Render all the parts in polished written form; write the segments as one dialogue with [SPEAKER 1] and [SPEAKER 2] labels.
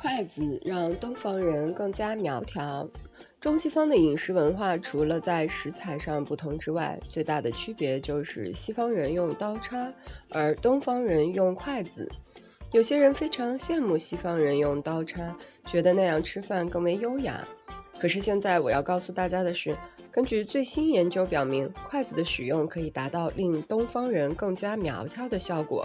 [SPEAKER 1] 筷子让东方人更加苗条。中西方的饮食文化除了在食材上不同之外，最大的区别就是西方人用刀叉，而东方人用筷子。有些人非常羡慕西方人用刀叉，觉得那样吃饭更为优雅。可是现在我要告诉大家的是，根据最新研究表明，筷子的使用可以达到令东方人更加苗条的效果。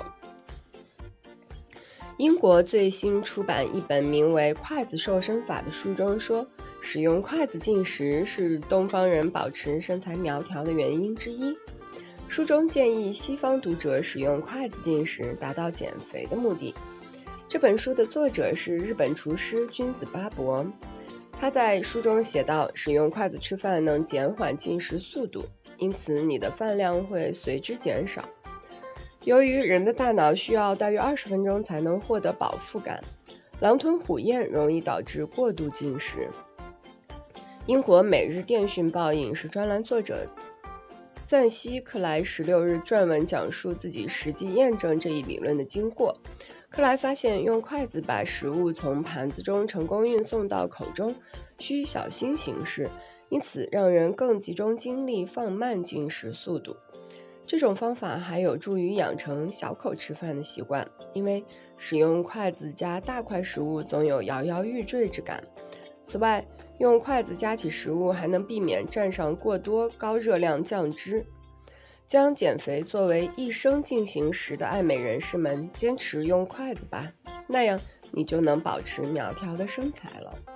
[SPEAKER 1] 英国最新出版一本名为《筷子瘦身法》的书中说，使用筷子进食是东方人保持身材苗条的原因之一。书中建议西方读者使用筷子进食，达到减肥的目的。这本书的作者是日本厨师君子巴博，他在书中写道，使用筷子吃饭能减缓进食速度，因此你的饭量会随之减少。由于人的大脑需要大约20分钟才能获得饱腹感，狼吞虎咽容易导致过度进食。英国每日电讯报饮食专栏作者赞西克莱16日撰文讲述自己实际验证这一理论的经过。克莱发现，用筷子把食物从盘子中成功运送到口中需小心行事，因此让人更集中精力，放慢进食速度。这种方法还有助于养成小口吃饭的习惯，因为使用筷子夹大块食物总有摇摇欲坠之感。此外，用筷子夹起食物还能避免蘸上过多高热量酱汁。将减肥作为一生进行时的爱美人士们，坚持用筷子吧，那样你就能保持苗条的身材了。